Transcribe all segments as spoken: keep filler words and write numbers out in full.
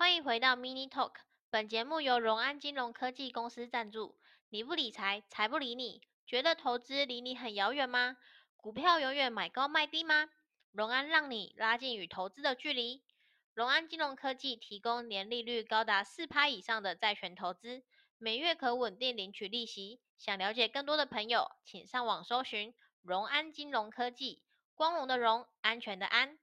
欢迎回到 Mini Talk，本节目由荣安金融科技公司赞助。你不理财，财不理你。觉得投资离你很遥远吗？股票永远买高卖低吗？荣安让你拉近与投资的距离。荣安金融科技提供年利率高达四趴以上的债权投资，每月可稳定领取利息。想了解更多的朋友，请上网搜寻荣安金融科技，光荣的荣，安全的安。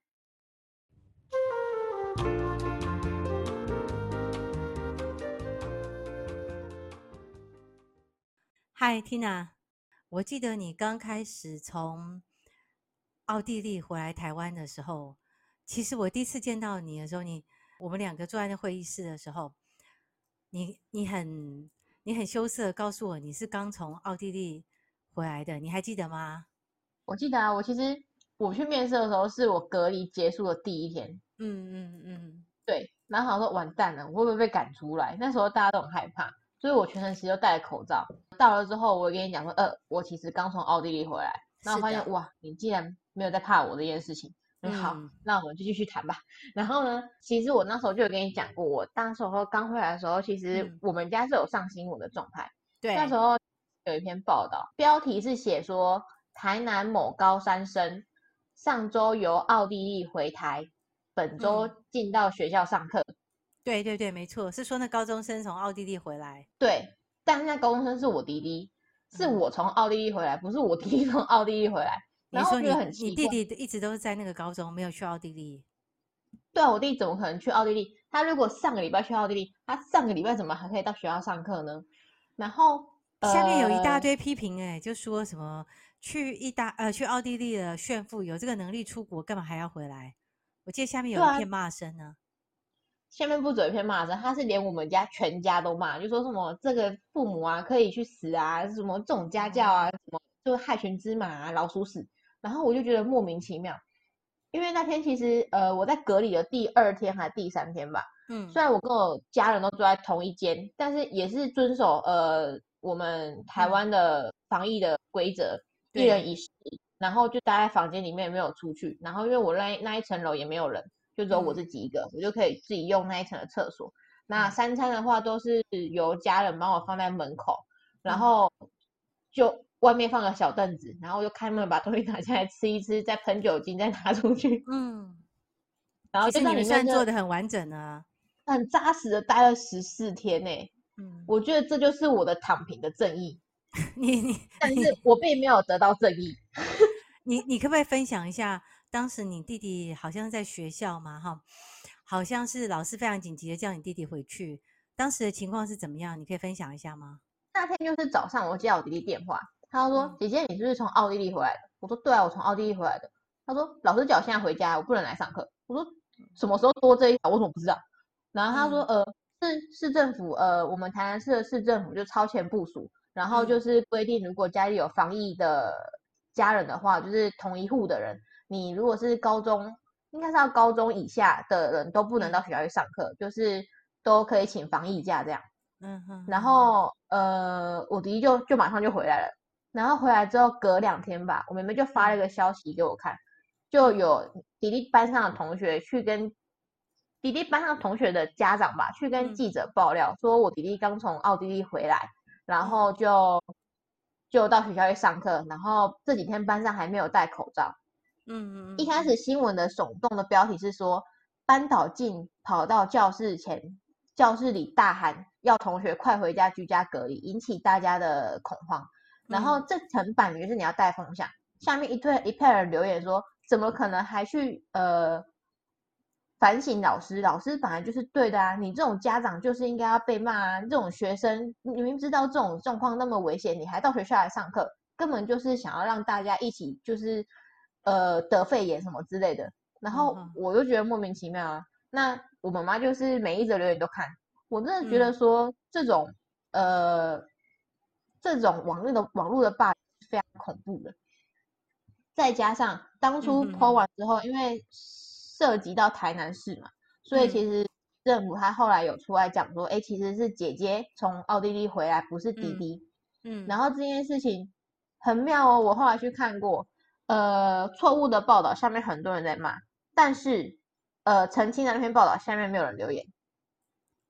嗨，Tina，我记得你刚开始从奥地利回来台湾的时候，其实我第一次见到你的时候，你我们两个坐在那会议室的时候，你你很你很羞涩地告诉我你是刚从奥地利回来的，你还记得吗？ 我记得啊，我其实我去面试的时候是我隔离结束的第一天， 嗯嗯嗯， 对，然后想说完蛋了，我会不会被赶出来？那时候大家都很害怕，所以我全程其实都戴着口罩。到了之后，我跟你讲说，呃，我其实刚从奥地利回来，然后我是的， 发现哇，你竟然没有在怕我这件事情，我说好， 嗯那我们就继续谈吧。然后呢，其实我那时候就有跟你讲过，我当时候刚回来的时候，其实嗯， 我们家是有上新闻的状态，那时对， 候有一篇报道，标题是写说台南某高三生上周由奥地利回台，本周嗯， 进到学校上课。 对对对，没错，是说那高中生从奥地利回来， 对，但是那高中生是我弟弟，是嗯， 我从奥地利回来，不是我弟弟从奥地利回来。然后我觉得你说你很奇怪， 你弟弟一直都是在那个高中，没有去奥地利。 对啊，我弟怎么可能去奥地利？他如果上个礼拜去奥地利，他上个礼拜怎么还可以到学校上课呢？然后下面有一大呃， 堆批评、欸，哎，就说什么去意大呃去奥地利的炫富，有这个能力出国，干嘛还要回来？我记得下面有对啊， 一片骂声呢。 下面不止一片骂声，他是连我们家全家都骂，就说什么这个父母啊可以去死啊，什么这种家教啊， 哦， 什么就是害群之马啊，老鼠屎。然后我就觉得莫名其妙，因为那天其实呃我在隔离的第二天还第三天吧， 嗯虽然我跟我家人都住在同一间，但是也是遵守呃我们台嗯， 湾的防疫的规则，一对， 人一室，然后就待在房间里面没有出去，然后因为我那那一层楼也没有人。就只有我嗯自己一个，我就可以自己用那一层的厕所。那嗯三餐的话都是由家人帮我放在门口，然嗯， 后就外面放个小凳子，然后就开门把东西拿下来吃一吃，再喷酒精，再拿出去， 嗯， 然后就其实你们在里面就算做的很完整啊。 很扎实的待了十四天呢。 嗯， 我觉得这就是我的躺平的正义， 你你但是你我并没有得到正义。 你你可不可以分享一下，当时你弟弟好像在学校嘛，哈，好像是老师非常紧急的叫你弟弟回去，当时的情况是怎么样？你可以分享一下吗？ 那天就是早上我接到我弟弟电话，他说： 嗯 “姐姐，你是不是从奥地利回来的？”我说：“对啊，我从奥地利回来的。”他说：“老师叫我现在回家，我不能来上课。”我说：“什么时候多这一条？我怎么不知道？”然后他说： 嗯 “呃，市市政府，呃，我们台南市的市政府就超前部署，然后就嗯是规定，如果家里有防疫的家人的话，就是同一户的人，你如果是高中，应该是要高中以下的人都不能到嗯学校去上课，就是都可以请防疫假这样。” 嗯哼然哼哼， 后呃，我弟弟就就马上就回来了。然后回来之后隔两天吧，我妹妹就发了一嗯个消息给我看，就嗯有弟弟班上的同学去跟弟弟班上同学的家长吧，去跟嗯记者爆料，说我弟弟刚从奥地利回来，然嗯后就就到学校去上课，然后这几天班上还没有戴口罩。 嗯嗯一开始嗯新闻的耸动的标题是说，班导进跑到教室前，教室里大喊要同学快回家居家隔离，引起大家的恐慌。然后嗯这层版就是你要带风向，下面一堆一派人留言说，怎么可能还去呃反省老师？老师本来就是对的啊，你这种家长就是应该要被骂啊！这种学生，你明知道这种状况那么危险，你还到学校来上课，根本就是想要让大家一起就是呃得肺炎什么之类的。然后嗯哼我就觉得莫名其妙啊。那我妈妈就是每一则留言都看，我真的觉得嗯说这种呃这种网络的网络的霸凌是非常恐怖的。再加上当初嗯哼 po 哼完之后，因为涉及到台南市嘛，所以其嗯实政府他后来有出来讲说，哎，其实是姐姐从奥地利回来，不是弟嗯弟。 嗯然后这件事情很妙哦，我后来去看过，呃，错误的报道下面很多人在骂，但是呃澄清的那篇报道下面没有人留言，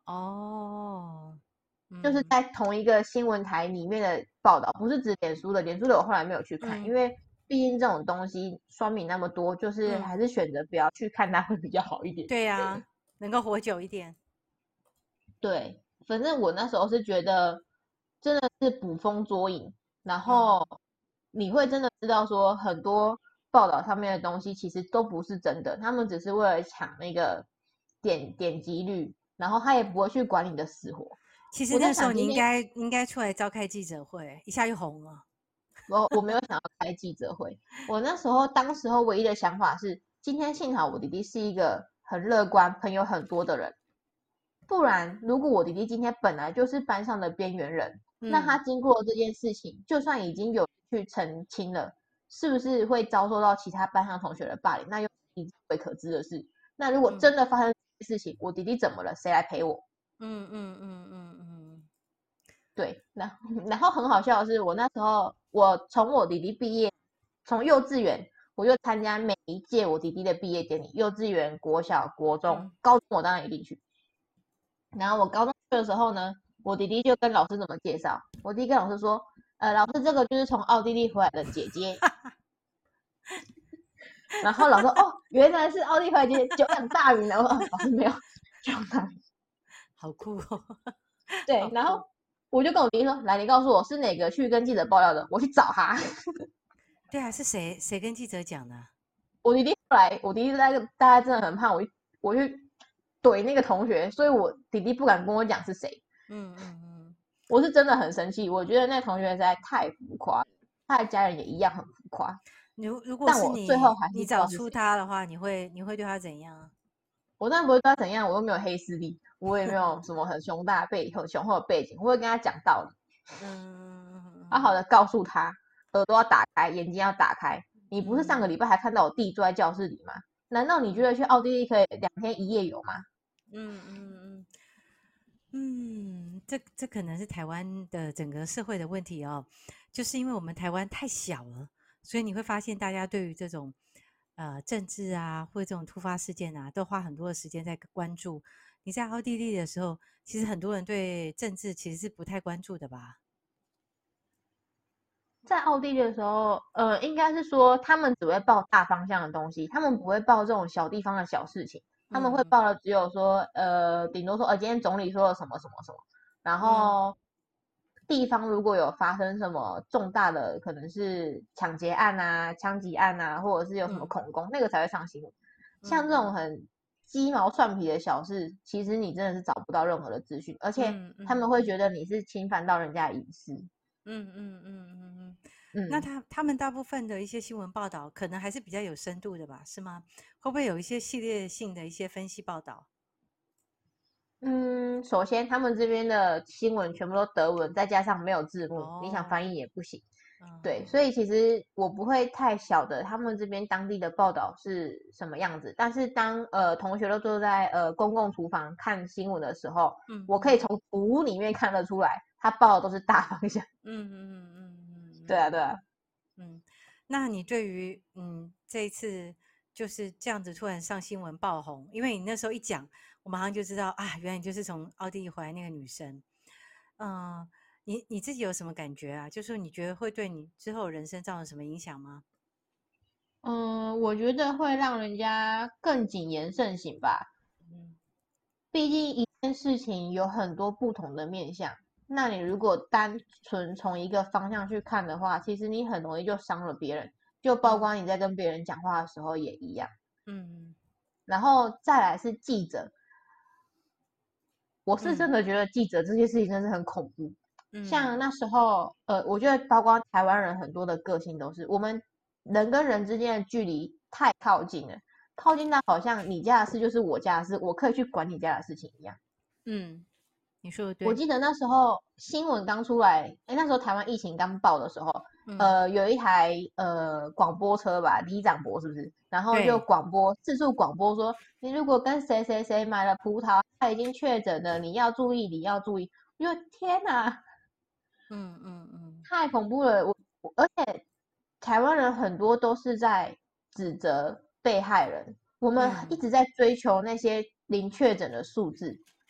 哦， 就是嗯在同一个新闻台里面的报道，不是指脸书的，脸书的我后来没有去看， 嗯因为毕竟这种东西酸民那么多，就是嗯， 还是选择不要去看它会比较好一点。 对啊，能够活久一点。 对，反正我那时候是觉得真的是捕风捉影，然嗯后你会真的知道说很多报道上面的东西其实都不是真的，他们只是为了抢那个点点击率，然后他也不会去管你的死活。 其实我在那时候你应想今天该应该出来召开记者会，一下就红了。 我我没有想要开记者会，我那时候当时候唯一的想法是，今天幸好我弟弟是一个很乐观、朋友很多的人，不然如果我弟弟今天本来就是班上的边缘人，那他嗯经过这件事情，就算已经有去澄清了，是不是会遭受到其他班上同学的霸凌？那又是未可知的事。那如果嗯真的发生这件事情，我弟弟怎么了？谁来陪我？ 嗯嗯嗯嗯嗯对，然后然后很好笑的是，我那时候我从我弟弟毕业，从幼稚园我就参加每一届我弟弟的毕业典礼，幼稚园、国小、国中、 嗯， 高中我当然一定去。然后我高中去的时候呢，我弟弟就跟老师怎么介绍，我弟弟跟老师说，呃，老师这个就是从奥地利回来的姐姐。然后老师说，哦，原来是奥地利回来姐姐，久仰大名。然后、哦、老师没有久仰大名。 好酷哦，好对，然酷。 后我就跟我弟弟说，来，你告诉我是哪个去跟记者爆料的，我去找他。 对啊，是谁谁跟记者讲的啊？ 我弟弟后来，我弟弟那个大家真的很怕我去，我去怼那个同学，所以我弟弟不敢跟我讲是谁。 嗯嗯嗯， 我是真的很生气，我觉得那同学实在太浮夸了，他的家人也一样很浮夸。 如如果但是我最后你还是你找出知道是谁。 他的话，你会你会对他怎样啊？ 我当然不会对他怎样，我又没有黑势力，我也没有什么很雄大背很雄厚的背景，我会跟他讲道理， 嗯好好的告诉他，耳朵要打开，眼睛要打开。你不是上个嗯礼拜还看到我弟坐在教室里吗？难道你觉得去奥地利可以两天一夜游吗？ 嗯嗯嗯嗯，这这可能是台湾的整个社会的问题哦，就是因为我们台湾太小了，所以你会发现大家对于这种呃政治啊或者这种突发事件啊，都花很多的时间在关注。你在奥地利的时候，其实很多人对政治其实是不太关注的吧？ 在奥地利的时候，呃，应该是说他们只会报大方向的东西，他们不会报这种小地方的小事情，他们会嗯报的只有说，呃，顶多说，呃，今天总理说了什么什么什么，然嗯后地方如果有发生什么重大的，可能是抢劫案啊、枪击案啊，或者是有什么嗯恐攻，那个才会上新闻。像这种嗯很鸡毛蒜皮的小事，其实你真的是找不到任何的资讯，而且嗯嗯他们会觉得你是侵犯到人家的隐私。 嗯嗯嗯嗯嗯，那嗯。 他他们大部分的一些新闻报道，可能还是比较有深度的吧？是吗？会不会有一些系列性的一些分析报道？ 嗯，首先他们这边的新闻全部都德文，再加上没有字幕，你想哦， 翻译也不行。对，所嗯以其实我不会太晓得他们这边当地的报道是什么样子。但是当呃同学都坐在呃公共厨房看新闻的时候， 嗯我可以从图里面看得出来，他报的都是大方向。 嗯嗯嗯嗯对啊，对啊。 嗯，那你对于嗯这一次就是这样子突然上新闻爆红，因为你那时候一讲，我马上就知道啊，原来你就是从奥地利回来那个女生。嗯，你你自己有什么感觉啊？就是你觉得会对你之后人生造成什么影响吗？ 嗯，我觉得会让人家更谨言慎行吧。 嗯毕竟一件事情有很多不同的面向，那你如果单纯从一个方向去看的话，其实你很容易就伤了别人，就包嗯括你在跟别人讲话的时候也一样。 嗯然后再来是记者，我是真嗯的觉得记者这件事情真是很恐怖。像嗯那时候，呃，我觉得包括台湾人很多的个性都是，我们人跟人之间的距离太靠近了，靠近到好像你家的事就是我家的事，我可以去管你家的事情一样。 嗯，你说的对。 我记得那时候新闻刚出来，哎，那时候台湾疫情刚爆的时候， 嗯， 呃，有一台呃广播车吧，李长博是不是？然后就对， 广播四处广播说，你如果跟谁谁谁买了葡萄，他已经确诊了，你要注意，你要注意。我就天哪， 嗯嗯嗯太恐怖了！我我而且台湾人很多都是在指责被害人，我们一嗯直在追求那些零确诊的数字。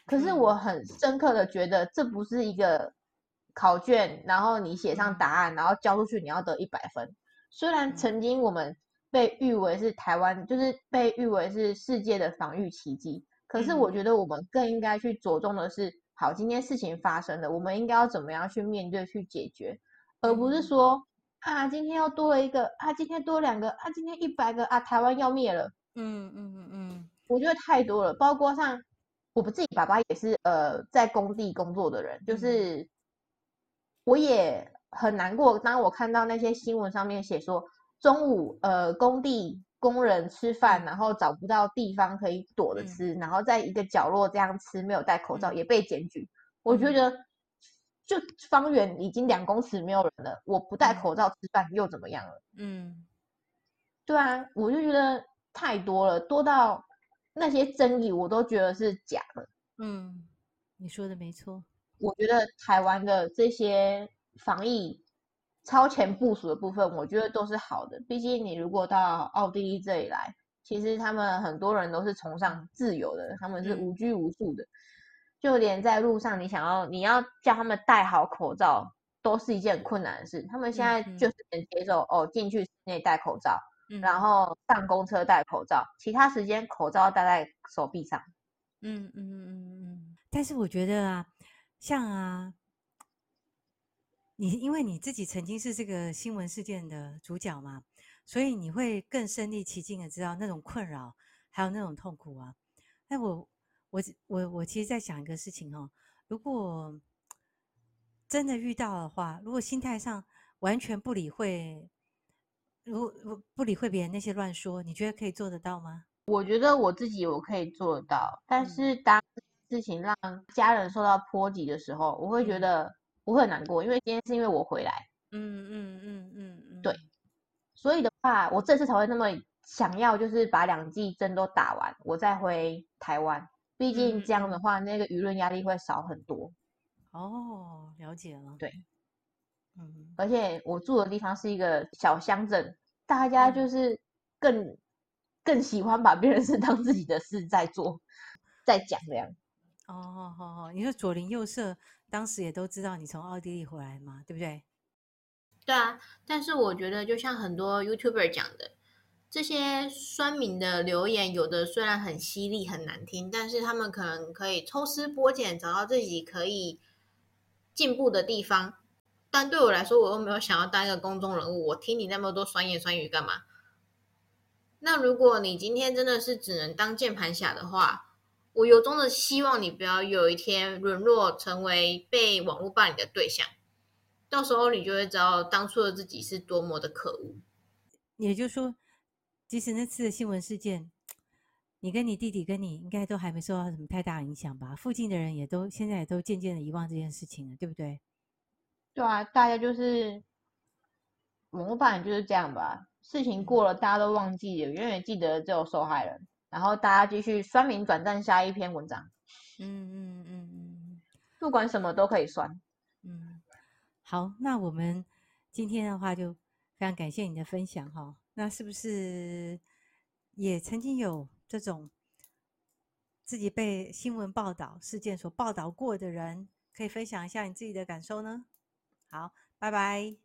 可是我很深刻的觉得这不是一个考卷，然后你写上答案，然后交出去你要得一百分。虽然曾经我们被誉为是台湾，就是被誉为是世界的防御奇迹，可是我觉得我们更应该去着重的是，好，今天事情发生了，我们应该要怎么样去面对、去解决，而不是说啊，今天又多了一个啊，今天多两个啊，今天一百个啊，台湾要灭了。 嗯嗯嗯嗯， 我觉得太多了，包括像我们自己爸爸也是呃在工地工作的人，就是我也很难过，当我看到那些新闻上面写说中午呃工地工人吃饭，然后找不到地方可以躲着吃，然后在一个角落这样吃，没有戴口罩也被检举。我觉得就方圆已经两公尺没有人了，我不戴口罩吃饭又怎么样了？ 嗯， 对啊，我就觉得太多了，多到那些争议我都觉得是假的。 嗯，你说的没错。 我觉得台湾的这些防疫超前部署的部分，我觉得都是好的。毕竟你如果到奥地利这里来，其实他们很多人都是崇尚自由的，他们是无拘无束的。就连在路上，你想要你要叫他们戴好口罩，都是一件很困难的事。他们现在就是能接受哦，进去室内戴口罩，然后上公车戴口罩，其他时间口罩戴在手臂上。 嗯嗯嗯嗯。但是我觉得啊，像啊，你因为你自己曾经是这个新闻事件的主角嘛，所以你会更身临其境的知道那种困扰，还有那种痛苦啊。那我我我我其实在想一个事情哦，如果真的遇到的话，如果心态上完全不理会，如如不理会别人那些乱说，你觉得可以做得到吗？ 我觉得我自己我可以做得到，但是当事情让家人受到波及的时候，我会觉得我会很难过，因为今天是因为我回来， 嗯嗯嗯嗯嗯， 对，所以的话，我这次才会那么想要，就是把两剂针都打完，我再回台湾。毕竟这样的话，那个舆论压力会少很多。 哦，了解了。 对， 嗯， 而且我住的地方是一个小乡镇，大家就是更更喜欢把别人事当自己的事在做，在讲这样。 哦，好好，你说左邻右舍当时也都知道你从奥地利回来嘛，对不对？ 对啊，但是我觉得就像很多 YouTuber 讲的，这些酸民的留言，有的虽然很犀利、很难听，但是他们可能可以抽丝剥茧，找到自己可以进步的地方。但对我来说，我又没有想要当一个公众人物，我听你那么多酸言酸语干嘛？那如果你今天真的是只能当键盘侠的话，我由衷的希望你不要有一天沦落成为被网络霸凌的对象，到时候你就会知道当初的自己是多么的可恶。 也就是说，即使那次的新闻事件，你跟你弟弟跟你应该都还没受到什么太大影响吧？附近的人也都现在也都渐渐的遗忘这件事情了，对不对？ 对啊，大家就是网络霸凌就是这样吧，事情过了，大家都忘记了，永远记得只有受害人，然后大家继续酸民转战下一篇文章， 嗯嗯嗯嗯不管什么都可以酸。 嗯，好，那我们今天的话就非常感谢你的分享哈。那是不是也曾经有这种自己被新闻报道事件所报道过的人，可以分享一下你自己的感受呢？好，拜拜。